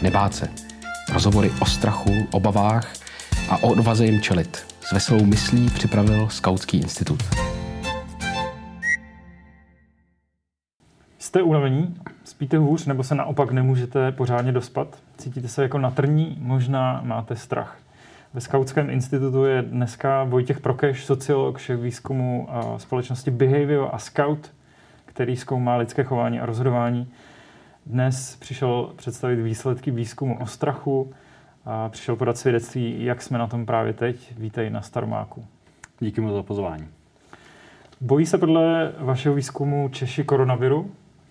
nebát se. Rozhovory o strachu, obavách a o odvaze jim čelit. S veselou myslí připravil Skautský institut. Jste unavení? Spíte hůř nebo se naopak nemůžete pořádně dospat? Cítíte se jako na trní? Možná máte strach. Ve Skautském institutu je dneska Vojtěch Prokeš, sociolog, šéf výzkumu společnosti Behavio a Scout, který zkoumá lidské chování a rozhodování. Dnes přišel představit výsledky výzkumu o strachu a přišel podat svědectví, jak jsme na tom právě teď. Vítej na Staromáku. Díky moc za pozvání. Bojí se podle vašeho výzkumu Češi koronaviru?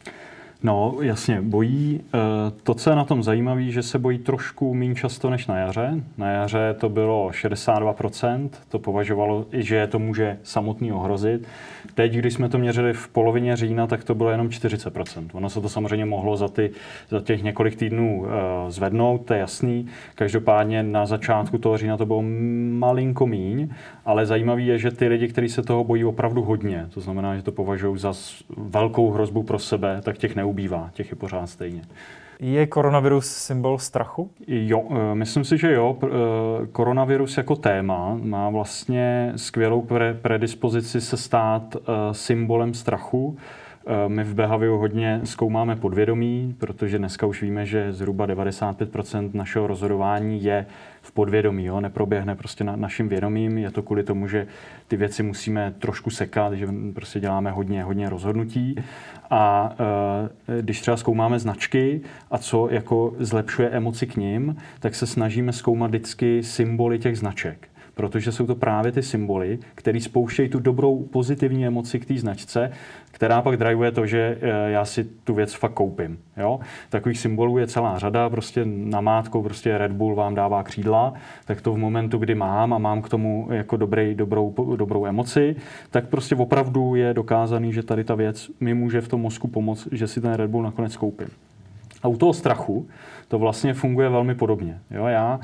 No, jasně, bojí. To, co je na tom zajímavé, že se bojí trošku méně často než na jaře. Na jaře to bylo 62%, to považovalo, že je to může samotný ohrozit. Teď, když jsme to měřili v polovině října, tak to bylo jenom 40%. Ono se to samozřejmě mohlo za těch několik týdnů zvednout, to je jasný. Každopádně na začátku toho října to bylo malinko míň, ale zajímavé je, že ty lidi, kteří se toho bojí opravdu hodně, to znamená, že to považují za velkou hrozbu pro sebe, tak těch neubývá, těch je pořád stejně. Je koronavirus symbol strachu? Jo, myslím si, že jo. Koronavirus jako téma má vlastně skvělou predispozici se stát symbolem strachu. My v Behaviu hodně zkoumáme podvědomí, protože dneska už víme, že zhruba 95% našeho rozhodování je v podvědomí, jo? Neproběhne prostě naším vědomím. Je to kvůli tomu, že ty věci musíme trošku sekat, že prostě děláme hodně rozhodnutí. A když třeba zkoumáme značky a co jako zlepšuje emoci k nim, tak se snažíme zkoumat vždycky symboly těch značek. Protože jsou to právě ty symboly, které spouštějí tu dobrou pozitivní emoci k té značce, která pak drivuje to, že já si tu věc fakt koupím. Jo? Takových symbolů je celá řada, prostě namátkou prostě Red Bull vám dává křídla, tak to v momentu, kdy mám a mám k tomu jako dobrou emoci, tak prostě opravdu je dokázaný, že tady ta věc mi může v tom mozku pomoct, že si ten Red Bull nakonec koupím. A u toho strachu to vlastně funguje velmi podobně. Jo? Já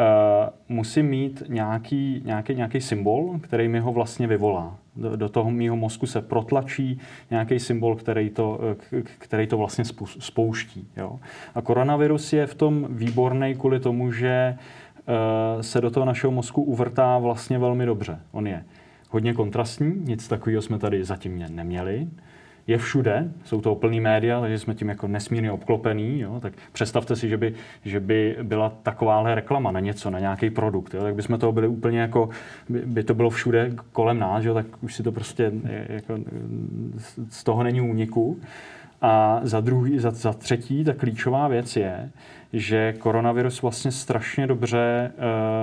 musím mít nějaký symbol, který mi ho vlastně vyvolá. Do toho mýho mozku se protlačí nějaký symbol, který to vlastně spouští. Jo? A koronavirus je v tom výborný kvůli tomu, že se do toho našeho mozku uvrtá vlastně velmi dobře. On je hodně kontrastní, nic takového jsme tady zatím neměli. Je všude, jsou to plný média, takže jsme tím jako nesmírně obklopený. Jo? Tak představte si, že by byla takováhle reklama na něco, na nějaký produkt. Jo? Tak bychom toho byli úplně jako, by to bylo všude kolem nás, jo? Tak už si to prostě jako, z toho není úniku. A za třetí, ta klíčová věc je, že koronavirus vlastně strašně dobře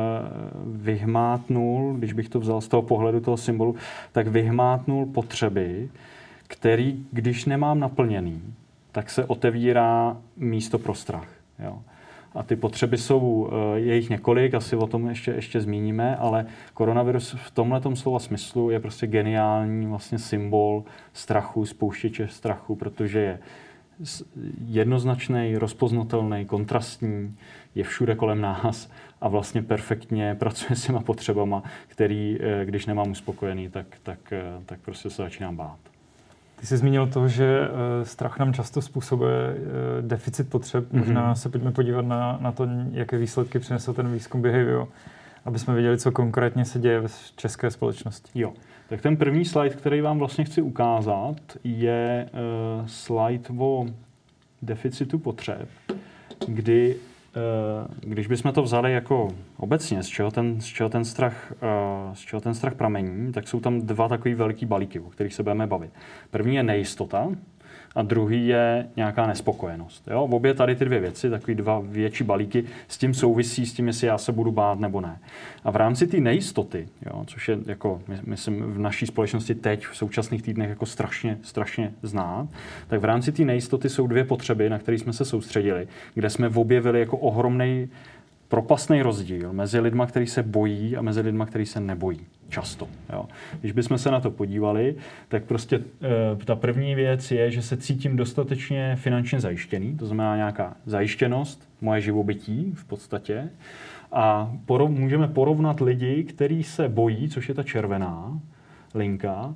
vyhmátnul, když bych to vzal z toho pohledu toho symbolu, tak vyhmátnul potřeby, který, když nemám naplněný, tak se otevírá místo pro strach. Jo. A ty potřeby jsou, je jich několik, asi o tom ještě zmíníme, ale koronavirus v tomhletom slova smyslu je prostě geniální vlastně symbol strachu, spouštěče strachu, protože je jednoznačný, rozpoznatelný, kontrastní, je všude kolem nás a vlastně perfektně pracuje s těma potřebama, který, když nemám uspokojený, tak prostě se začínám bát. Ty jsi zmínil to, že strach nám často způsobuje deficit potřeb. Možná se pojďme podívat na to, jaké výsledky přinesl ten výzkum Behavio, aby jsme věděli, co konkrétně se děje v české společnosti. Jo, tak ten první slide, který vám vlastně chci ukázat, je slide o deficitu potřeb, kdy když bychom to vzali jako obecně, z čeho ten strach pramení, tak jsou tam dva takový velký balíky, o kterých se budeme bavit. První je nejistota a druhý je nějaká nespokojenost. Jo? Obě tady ty dvě věci, takový dva větší balíky, s tím souvisí, s tím, jestli já se budu bát nebo ne. A v rámci té nejistoty, jo, což je, jako, myslím, v naší společnosti teď, v současných týdnech jako strašně znát, tak v rámci té nejistoty jsou dvě potřeby, na které jsme se soustředili, kde jsme objevili jako ohromnej propastný rozdíl mezi lidma, kteří se bojí a mezi lidma, kteří se nebojí. Často. Jo. Když bychom se na to podívali, tak prostě ta první věc je, že se cítím dostatečně finančně zajištěný, to znamená nějaká zajištěnost, moje živobytí v podstatě. A můžeme porovnat lidi, kteří se bojí, což je ta červená, linka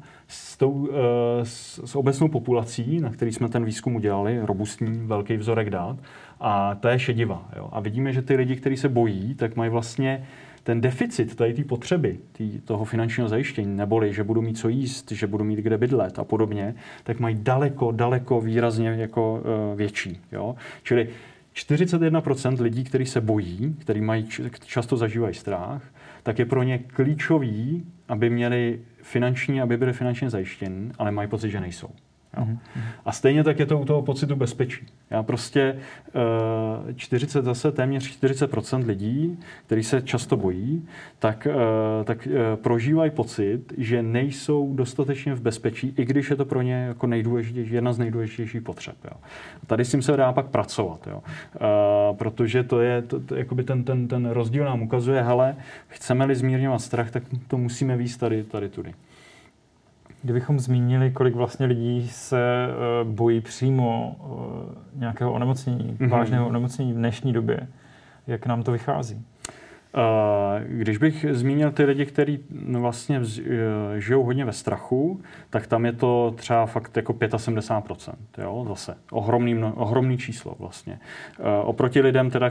s obecnou populací, na který jsme ten výzkum udělali, robustní, velký vzorek dat, a ta je šedivá. Jo? A vidíme, že ty lidi, kteří se bojí, tak mají vlastně ten deficit tady té potřeby, toho finančního zajištění, neboli, že budu mít co jíst, že budu mít kde bydlet a podobně, tak mají daleko výrazně jako větší. Jo? Čili 41% lidí, kteří se bojí, kteří často zažívají strach, tak je pro ně klíčový, aby byli finančně zajištěni, ale mají pocit, že nejsou. Jo. A stejně tak je to u toho pocitu bezpečí. Já prostě téměř 40% lidí, kteří se často bojí, tak prožívají pocit, že nejsou dostatečně v bezpečí, i když je to pro ně jako jedna z nejdůležitějších potřeb. Jo. Tady s tím se dá pak pracovat. Jo. Protože to je jakoby ten rozdíl nám ukazuje, hele, chceme-li zmírňovat strach, tak to musíme víc tady tudy. Kdybychom zmínili, kolik vlastně lidí se bojí přímo nějakého onemocnění, vážného onemocnění v dnešní době, jak nám to vychází? Když bych zmínil ty lidi, kteří vlastně žijou hodně ve strachu, tak tam je to třeba fakt jako 75%. Jo? Zase ohromný číslo vlastně. Oproti lidem, teda,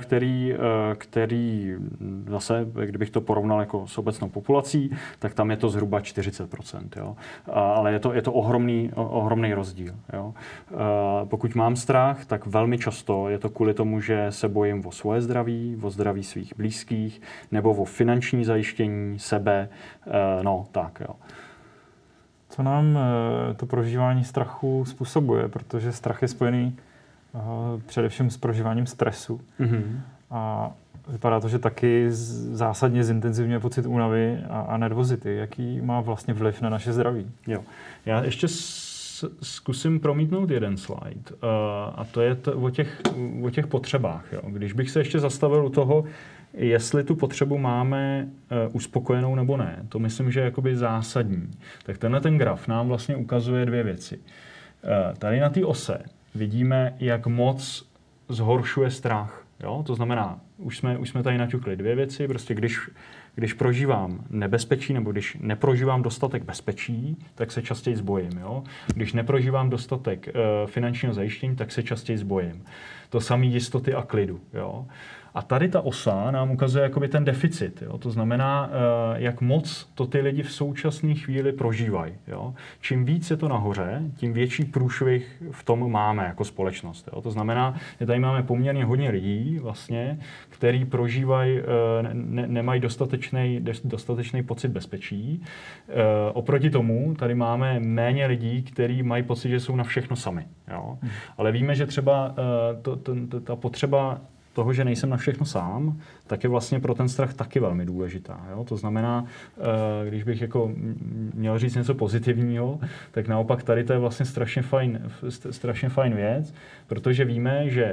který zase, kdybych to porovnal jako s obecnou populací, tak tam je to zhruba 40%. Jo? Ale je to ohromný rozdíl. Jo? Pokud mám strach, tak velmi často je to kvůli tomu, že se bojím o svoje zdraví, o zdraví svých blízkých, nebo o finanční zajištění sebe, tak jo. Co nám to prožívání strachu způsobuje? Protože strach je spojený především s prožíváním stresu. A vypadá to, že taky zásadně zintenzivňuje pocit únavy a nervozity. Jaký má vlastně vliv na naše zdraví? Jo. Já ještě zkusím promítnout jeden slide. A to je o těch potřebách. Jo. Když bych se ještě zastavil u toho, jestli tu potřebu máme uspokojenou nebo ne, to myslím, že je jakoby zásadní. Tak ten graf nám vlastně ukazuje dvě věci. Tady na té ose vidíme, jak moc zhoršuje strach. Jo? To znamená, už jsme tady naťukli dvě věci. Prostě když prožívám nebezpečí nebo když neprožívám dostatek bezpečí, tak se častěji zbojím. Jo? Když neprožívám dostatek finančního zajištění, tak se častěji zbojím. To samé jistoty a klidu. Jo? A tady ta osa nám ukazuje jakoby ten deficit. Jo? To znamená, jak moc to ty lidi v současné chvíli prožívají. Jo? Čím víc je to nahoře, tím větší průšvih v tom máme jako společnost. Jo? To znamená, že tady máme poměrně hodně lidí, vlastně, který prožívají, nemají dostatečný pocit bezpečí. Oproti tomu tady máme méně lidí, kteří mají pocit, že jsou na všechno sami. Jo? Ale víme, že třeba ta potřeba toho, že nejsem na všechno sám, tak je vlastně pro ten strach taky velmi důležitá. Jo? To znamená, když bych jako měl říct něco pozitivního, tak naopak tady to je vlastně strašně fajn věc, protože víme, že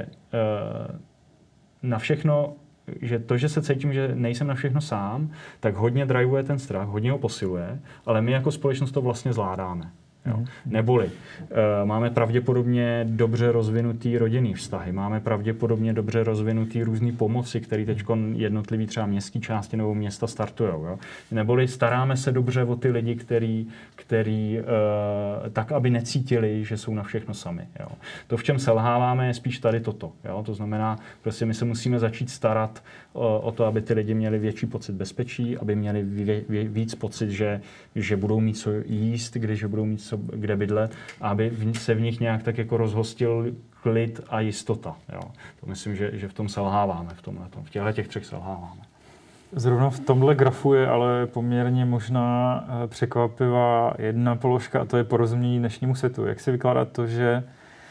na všechno, že to, že se cítím, že nejsem na všechno sám, tak hodně driveuje ten strach, hodně ho posiluje, ale my jako společnost to vlastně zvládáme. Jo. Neboli máme pravděpodobně dobře rozvinutý rodinný vztahy, máme pravděpodobně dobře rozvinutý různý pomoci, které teď jednotlivý třeba městské části nebo města startujou. Jo. Neboli staráme se dobře o ty lidi, který tak, aby necítili, že jsou na všechno sami. Jo. To, v čem selháváme, je spíš tady toto. Jo. To znamená, prostě my se musíme začít starat o to, aby ty lidi měli větší pocit bezpečí, aby měli víc pocit, že budou mít co jíst, když budou mít kde bydlet, aby se v nich nějak tak jako rozhostil klid a jistota. Jo. To myslím, že v tom selháváme, v těch třech selháváme. Zrovna v tomhle grafu je ale poměrně možná překvapivá jedna položka, a to je porozumění dnešnímu světu. Jak si vykládat to, že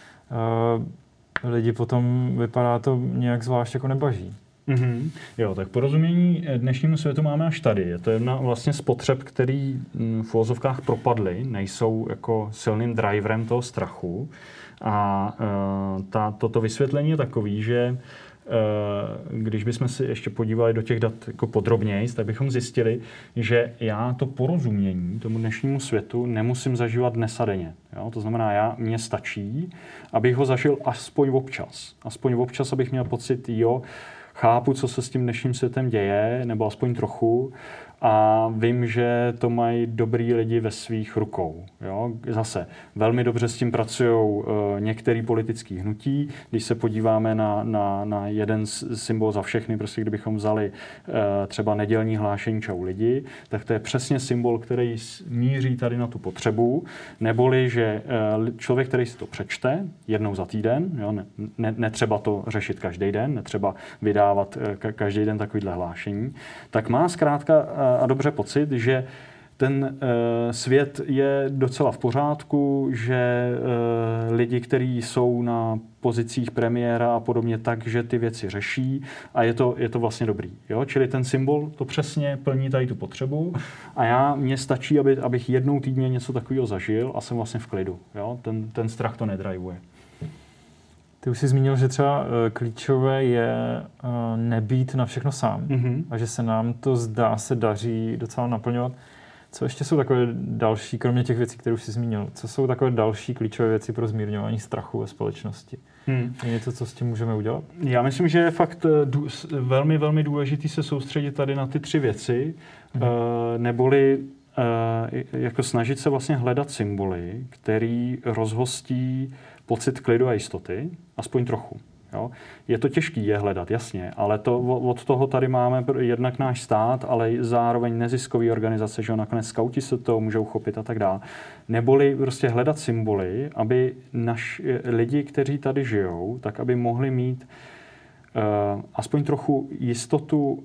lidi potom vypadá to nějak zvlášť jako nebaží? Jo, tak porozumění dnešnímu světu máme až tady. Je to jedna vlastně z potřeb, který v uvozovkách propadly, nejsou jako silným driverem toho strachu. A toto vysvětlení je takový, že když bychom si ještě podívali do těch dat jako podrobněji, tak bychom zjistili, že já to porozumění tomu dnešnímu světu nemusím zažívat dnes a denně. Jo? To znamená, mně stačí, abych ho zažil aspoň občas. Aspoň občas, abych měl pocit, chápu, co se s tím dnešním světem děje, nebo aspoň trochu, a vím, že to mají dobrý lidi ve svých rukou. Jo? Zase velmi dobře s tím pracují některé politické hnutí. Když se podíváme na jeden symbol za všechny, prostě kdybychom vzali třeba nedělní hlášení Čau lidi, tak to je přesně symbol, který míří tady na tu potřebu, neboli, že člověk, který si to přečte jednou za týden, jo? Netřeba to řešit každý den, netřeba vydávat každý den takovýhle hlášení, tak má zkrátka a dobře pocit, že ten svět je docela v pořádku, že lidi, kteří jsou na pozicích premiéra a podobně, takže ty věci řeší a je to vlastně dobrý. Jo? Čili ten symbol to přesně plní tady tu potřebu a mně stačí, abych jednou týdně něco takového zažil a jsem vlastně v klidu. Jo? Ten strach to nedrivuje. Ty už jsi zmínil, že třeba klíčové je nebýt na všechno sám a že se nám to se daří docela naplňovat. Co ještě jsou takové další, kromě těch věcí, které už jsi zmínil, co jsou takové další klíčové věci pro zmírňování strachu ve společnosti? Je něco, co s tím můžeme udělat? Já myslím, že je fakt velmi, velmi důležitý se soustředit tady na ty 3 věci, neboli jako snažit se vlastně hledat symboly, který rozhostí pocit klidu a jistoty, aspoň trochu. Jo? Je to těžký je hledat, jasně, ale od toho tady máme jednak náš stát, ale zároveň neziskové organizace, že nakonec skauti se to můžou chopit a tak dále. Neboli prostě hledat symboly, aby lidi, kteří tady žijou, tak aby mohli mít aspoň trochu jistotu,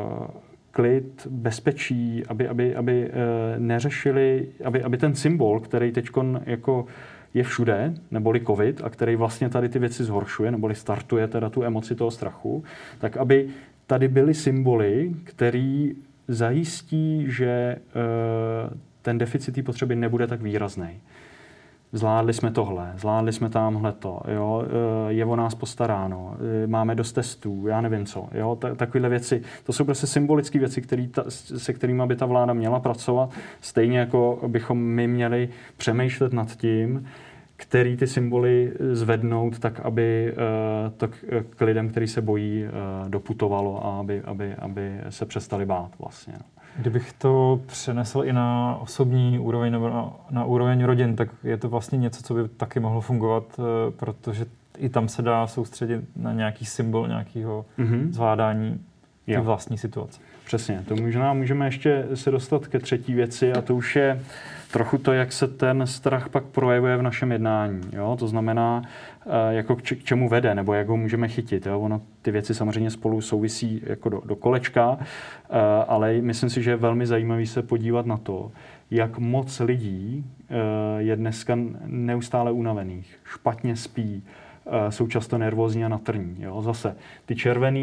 klid, bezpečí, aby neřešili, aby ten symbol, který teďkon jako je všude, neboli covid, a který vlastně tady ty věci zhoršuje, neboli startuje teda tu emoci toho strachu, tak aby tady byly symboly, který zajistí, že ten deficit té potřeby nebude tak výrazný. Zvládli jsme tohle, zvládli jsme tamhleto, jo, je o nás postaráno, máme dost testů, já nevím co. Jo, takovéhle věci, to jsou prostě symbolické věci, se kterými by ta vláda měla pracovat, stejně jako bychom my měli přemýšlet nad tím, který ty symboly zvednout tak, aby to k lidem, kteří se bojí, doputovalo a aby se přestali bát vlastně. Kdybych to přenesl i na osobní úroveň nebo na úroveň rodin, tak je to vlastně něco, co by taky mohlo fungovat, protože i tam se dá soustředit na nějaký symbol nějakého zvládání té vlastní situace. Přesně, to můžeme ještě se dostat ke 3. věci a to už je trochu to, jak se ten strach pak projevuje v našem jednání. Jo? To znamená, jako k čemu vede, nebo jak ho můžeme chytit. Jo? Ono, ty věci samozřejmě spolu souvisí jako do kolečka, ale myslím si, že je velmi zajímavý se podívat na to, jak moc lidí je dneska neustále unavených, špatně spí, jsou často nervózní a natrní. Jo? Zase ty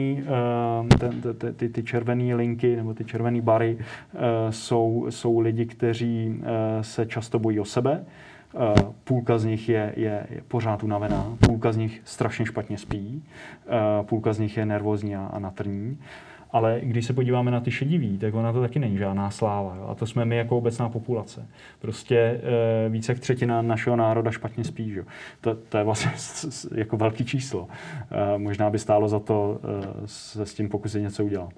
červený linky nebo ty červený bary jsou lidi, kteří se často bojí o sebe. Půlka z nich je pořád unavená, půlka z nich strašně špatně spí, půlka z nich je nervózní a natrní. Ale když se podíváme na ty šedivý, tak ona to taky není žádná sláva. Jo? A to jsme my jako obecná populace. Prostě více jak 1/3 našeho národa špatně spí. Jo? To je vlastně jako velký číslo. Možná by stálo za to se s tím pokusit něco udělat.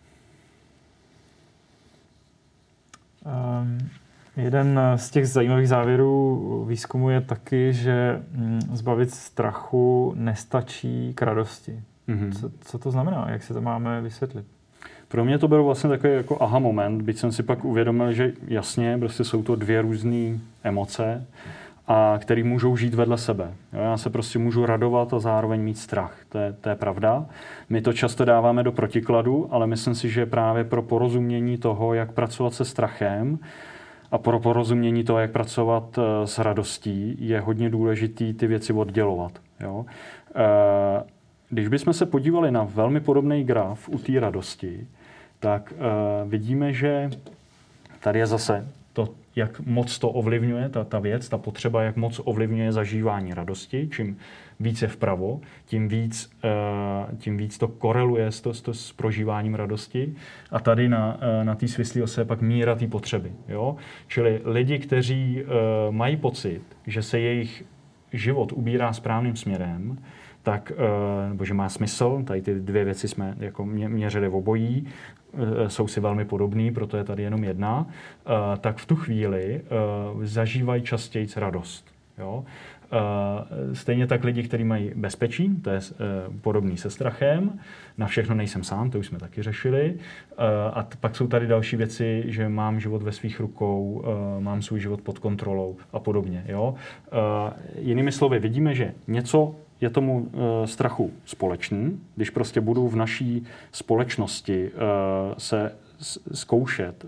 Jeden z těch zajímavých závěrů výzkumu je taky, že zbavit strachu nestačí k radosti. Co to znamená? Jak si to máme vysvětlit? Pro mě to byl vlastně takový jako aha moment, byť jsem si pak uvědomil, že jasně, prostě jsou to 2 různé emoce, a který můžou žít vedle sebe. Jo, já se prostě můžu radovat a zároveň mít strach. To je pravda. My to často dáváme do protikladu, ale myslím si, že právě pro porozumění toho, jak pracovat se strachem a pro porozumění toho, jak pracovat s radostí, je hodně důležitý ty věci oddělovat. Jo. Když bychom se podívali na velmi podobný graf u té radosti, tak vidíme, že tady je zase to, jak moc to ovlivňuje, ta věc, ta potřeba, jak moc ovlivňuje zažívání radosti. Čím více vpravo, tím víc to koreluje s prožíváním radosti. A tady na té svislé ose je pak míra té potřeby. Jo? Čili lidi, kteří mají pocit, že se jejich život ubírá správným směrem, tak, nebo že má smysl, tady ty dvě věci jsme jako měřili v obojí, jsou si velmi podobný, proto je tady jenom jedna, tak v tu chvíli zažívají častěji radost. Jo? Stejně tak lidi, kteří mají bezpečí, to je podobný se strachem, na všechno nejsem sám, to už jsme taky řešili. A pak jsou tady další věci, že mám život ve svých rukou, mám svůj život pod kontrolou a podobně. Jo? Jinými slovy, vidíme, že něco je tomu strachu společný, když prostě budu v naší společnosti se zkoušet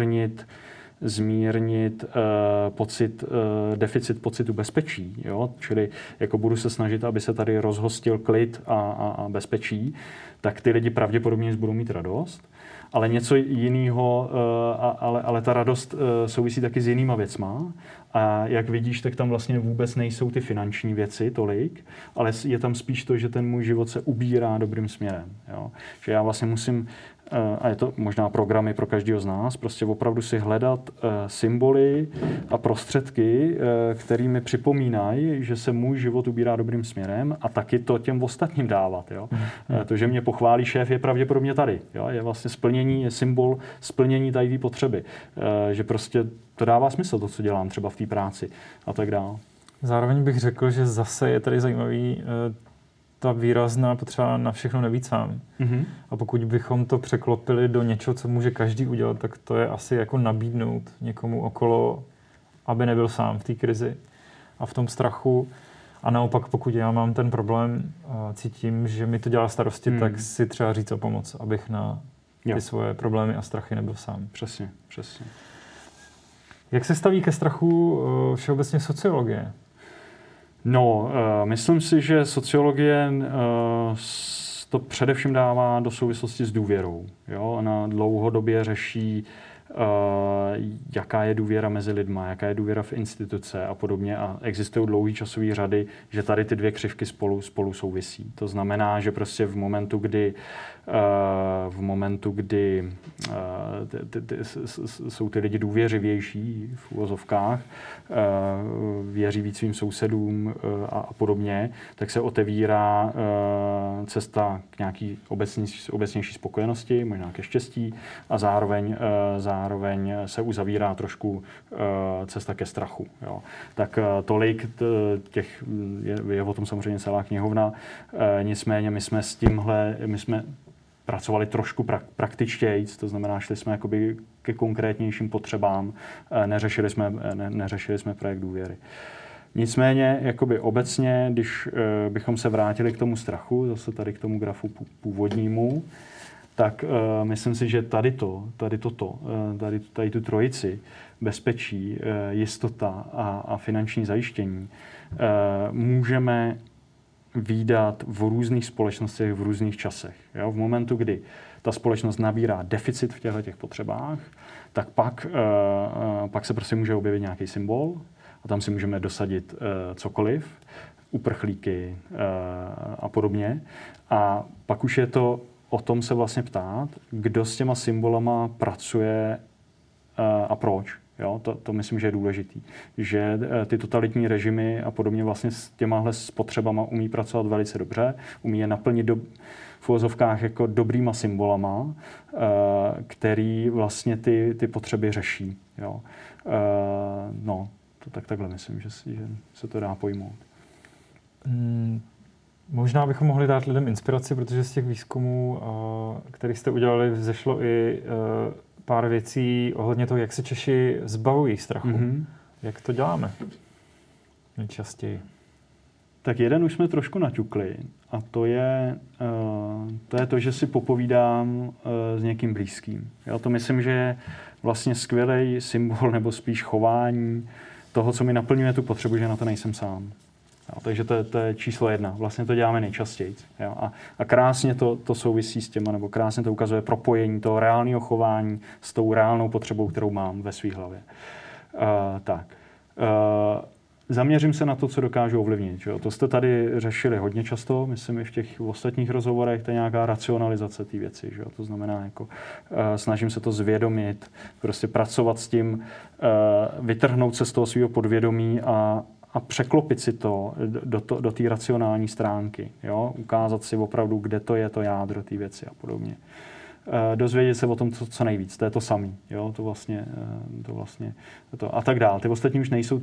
zmírnit deficit pocitu bezpečí, jo? Čili jako budu se snažit, aby se tady rozhostil klid a bezpečí, tak ty lidi pravděpodobně budou mít radost. Ale něco jiného, ale ta radost souvisí taky s jinýma věcma. A jak vidíš, tak tam vlastně vůbec nejsou ty finanční věci tolik, ale je tam spíš to, že ten můj život se ubírá dobrým směrem. Jo? Že já vlastně musím, a je to možná programy pro každého z nás, prostě opravdu si hledat symboly a prostředky, které mi připomínají, že se můj život ubírá dobrým směrem a taky to těm ostatním dávat. Jo? To, že mě pochválí šéf, je pravděpodobně tady. Jo? Je vlastně splnění, je symbol splnění tady té potřeby. Že prostě to dává smysl, to, co dělám třeba v té práci a tak dále. Zároveň bych řekl, že zase je tady zajímavý ta výrazná potřeba na všechno nebýt sám. Mm-hmm. A pokud bychom to překlopili do něčeho, co může každý udělat, tak to je asi jako nabídnout někomu okolo, aby nebyl sám v té krizi a v tom strachu. A naopak, pokud já mám ten problém a cítím, že mi to dělá starosti, tak si třeba říct o pomoc, abych na ty svoje problémy a strachy nebyl sám. Přesně. Jak se staví ke strachu všeobecně sociologie? No, myslím si, že sociologie to především dává do souvislosti s důvěrou. Jo? Ona dlouhodobě řeší, jaká je důvěra mezi lidma, jaká je důvěra v instituce a podobně. A existují dlouhý časové řady, že tady ty dvě křivky spolu souvisí. To znamená, že prostě v momentu, kdy jsou ty lidi důvěřivější v uvozovkách, věří víc svým sousedům a podobně, tak se otevírá cesta k nějaký obecnější spokojenosti, možná ke štěstí a zároveň se uzavírá trošku cesta ke strachu. Jo. Tak tolik těch, je o tom samozřejmě celá knihovna, nicméně my jsme pracovali trošku praktičtějc, to znamená, šli jsme jakoby ke konkrétnějším potřebám, neřešili jsme projekt důvěry. Nicméně, jakoby obecně, když bychom se vrátili k tomu strachu, zase tady k tomu grafu původnímu, tak myslím si, že tady tu trojici, bezpečí, jistota a finanční zajištění, můžeme vídat v různých společnostech v různých časech. Jo? V momentu, kdy ta společnost nabírá deficit v těchto potřebách, tak pak se prostě může objevit nějaký symbol a tam si můžeme dosadit cokoliv, uprchlíky a podobně. A pak už je to o tom se vlastně ptát, kdo s těma symbolama pracuje a proč. Jo, to myslím, že je důležitý. Že ty totalitní režimy a podobně vlastně s těmahle spotřebama umí pracovat velice dobře, umí je naplnit v uvozovkách jako dobrýma symbolama, který vlastně ty potřeby řeší. Jo. Takhle myslím, že se to dá pojmout. Možná bychom mohli dát lidem inspiraci, protože z těch výzkumů, který jste udělali, vzešlo i pár věcí ohledně toho, jak se Češi zbavují strachu. Mm-hmm. Jak to děláme nejčastěji? Tak jeden už jsme trošku naťukli a to je to, že si popovídám s někým blízkým. Já to myslím, že je vlastně skvělý symbol nebo spíš chování toho, co mi naplňuje tu potřebu, že na to nejsem sám. Jo, takže to je číslo 1. Vlastně to děláme nejčastěji. Jo, a krásně to souvisí s těma, nebo krásně to ukazuje propojení toho reálného chování s tou reálnou potřebou, kterou mám ve své hlavě. Zaměřím se na to, co dokážu ovlivnit. Že? To jste tady řešili hodně často, myslím i v těch ostatních rozhovorech, to je nějaká racionalizace té věci. Že? To znamená, jako, snažím se to zvědomit, prostě pracovat s tím, vytrhnout se z toho svého podvědomí a překlopit si to do té racionální stránky. Jo? Ukázat si opravdu, kde to je to jádro té věci a podobně. Dozvědět se o tom co nejvíc. To je to samý. Jo? To vlastně a tak dál. Ty ostatní už nejsou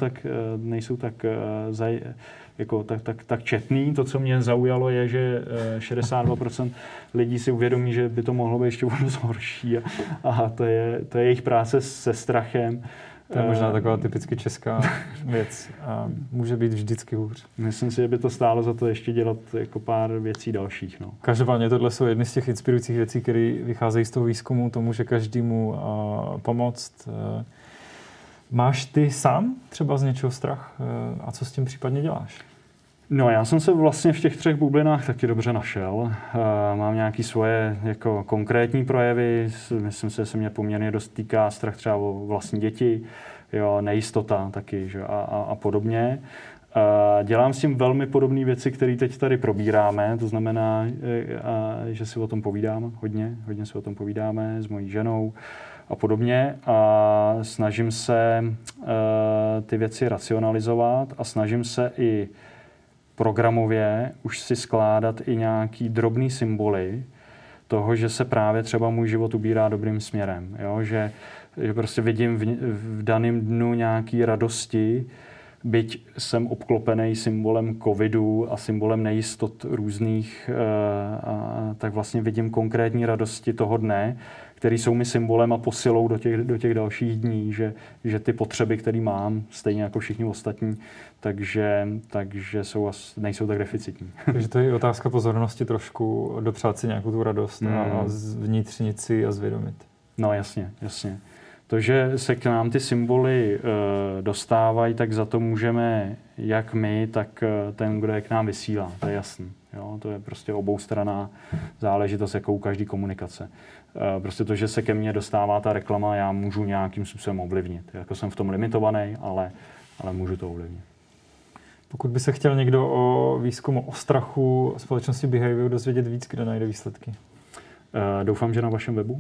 tak četný. To, co mě zaujalo, je, že 62% lidí si uvědomí, že by to mohlo být ještě horší. A to je jejich práce se strachem. To je možná taková typicky česká věc a může být vždycky hůř. Myslím si, že by to stálo za to ještě dělat jako pár věcí dalších. No. Každopádně tohle jsou jedny z těch inspirujících věcí, které vycházejí z toho výzkumu, to může každému pomoct. Máš ty sám třeba z něčeho strach a co s tím případně děláš? No, já jsem se vlastně v těch 3 bublinách taky dobře našel. Mám nějaké svoje jako konkrétní projevy. Myslím si, že se mě poměrně dost týká strach třeba o vlastní děti, jo, nejistota taky, že, a podobně. Dělám s tím velmi podobné věci, které teď tady probíráme. To znamená, že si o tom povídám hodně si o tom povídáme s mojí ženou a podobně. A snažím se ty věci racionalizovat a snažím se i programově už si skládat i nějaký drobný symboly toho, že se právě třeba můj život ubírá dobrým směrem. Jo? Že prostě vidím v daném dnu nějaký radosti, byť jsem obklopený symbolem covidu a symbolem nejistot různých, tak vlastně vidím konkrétní radosti toho dne, který jsou mi symbolem a posilou do těch dalších dní, že ty potřeby, které mám, stejně jako všichni ostatní, takže nejsou tak deficitní. Takže to je otázka pozornosti trošku, dopřát si nějakou tu radost a zvnitřnit si a zvědomit. No jasně. To, že se k nám ty symboly dostávají, tak za to můžeme jak my, tak ten, kdo je k nám vysílá. To je jasný. Jo? To je prostě oboustranná záležitost, jako u každé komunikace. Prostě to, že se ke mně dostává ta reklama, já můžu nějakým způsobem ovlivnit. Jako jsem v tom limitovaný, ale můžu to ovlivnit. Pokud by se chtěl někdo o výzkumu o strachu společnosti Behaviour dozvědět víc, kde najde výsledky? Doufám, že na vašem webu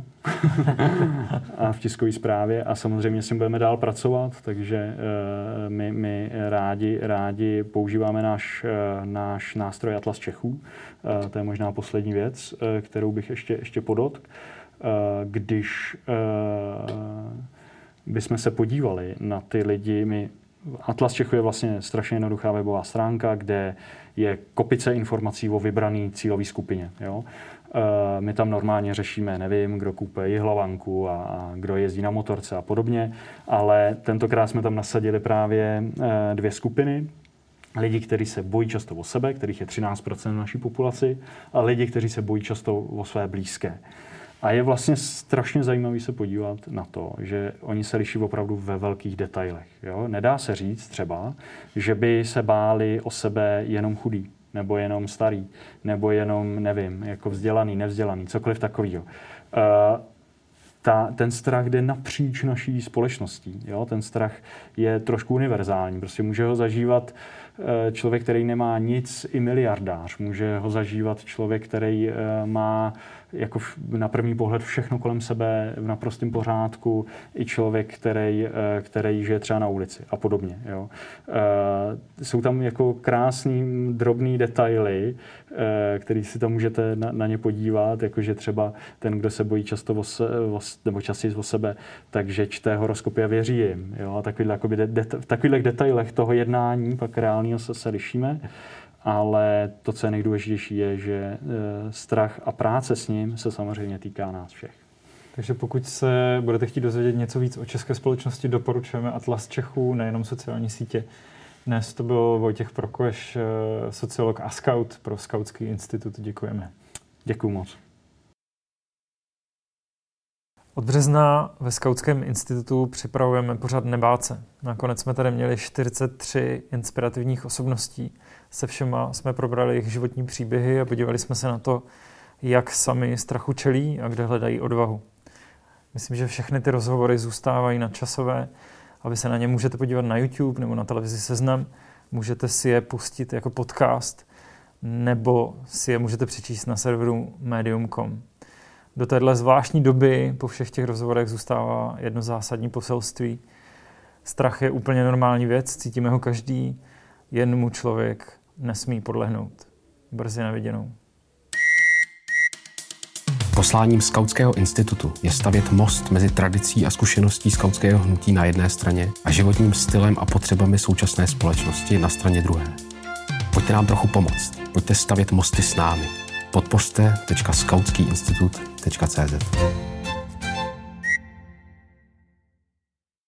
a v tiskové zprávě a samozřejmě s tím budeme dál pracovat, takže my rádi používáme náš nástroj Atlas Čechů. To je možná poslední věc, kterou bych ještě podotkl. Když bychom se podívali na ty lidi, Atlas Čechů je vlastně strašně jednoduchá webová stránka, kde je kopice informací o vybrané cílové skupině. Jo? My tam normálně řešíme, nevím, kdo kupuje jihlavanku a kdo jezdí na motorce a podobně, ale tentokrát jsme tam nasadili právě 2 skupiny. Lidi, kteří se bojí často o sebe, kterých je 13% naší populaci, a lidi, kteří se bojí často o své blízké. A je vlastně strašně zajímavý se podívat na to, že oni se liší opravdu ve velkých detailech. Jo? Nedá se říct třeba, že by se báli o sebe jenom chudý, nebo jenom starý, nebo jenom, nevím, jako vzdělaný, nevzdělaný, cokoliv takového. Ten strach jde napříč naší společností. Jo? Ten strach je trošku univerzální. Prostě může ho zažívat člověk, který nemá nic, i miliardář. Může ho zažívat člověk, který má jako na první pohled všechno kolem sebe v naprostém pořádku, i člověk, který žije třeba na ulici a podobně. Jo. Jsou tam jako krásný, drobný detaily, který si tam můžete na ně podívat, jakože třeba ten, kdo se bojí často nebo častěji o sebe, takže čte horoskopy a věří jim. Jo. A v takových detailech toho jednání pak reálního se lišíme. Ale to, co je nejdůležitější, je, že strach a práce s ním se samozřejmě týká nás všech. Takže pokud se budete chtít dozvědět něco víc o české společnosti, doporučujeme Atlas Čechů, nejenom sociální sítě. Dnes to byl Vojtěch Prokeš, sociolog a scout pro Skautský institut. Děkujeme. Děkuju moc. Od března ve Skautském institutu připravujeme pořad Nebát se. Nakonec jsme tady měli 43 inspirativních osobností. Se všema jsme probrali jejich životní příběhy a podívali jsme se na to, jak sami strachu čelí a kde hledají odvahu. Myslím, že všechny ty rozhovory zůstávají nadčasové a vy se na ně můžete podívat na YouTube nebo na televizi Seznam. Můžete si je pustit jako podcast nebo si je můžete přečíst na serveru medium.com. Do téhle zvláštní doby po všech těch rozhovorech zůstává jedno zásadní poselství. Strach je úplně normální věc, cítíme ho každý. jen mu člověk nesmí podlehnout. Brzy na viděnou. Posláním Skautského institutu je stavět most mezi tradicí a zkušeností skautského hnutí na jedné straně a životním stylem a potřebami současné společnosti na straně druhé. Pojďte nám trochu pomoct. Pojďte stavět mosty s námi. Podpořte.skautskýinstitut.cz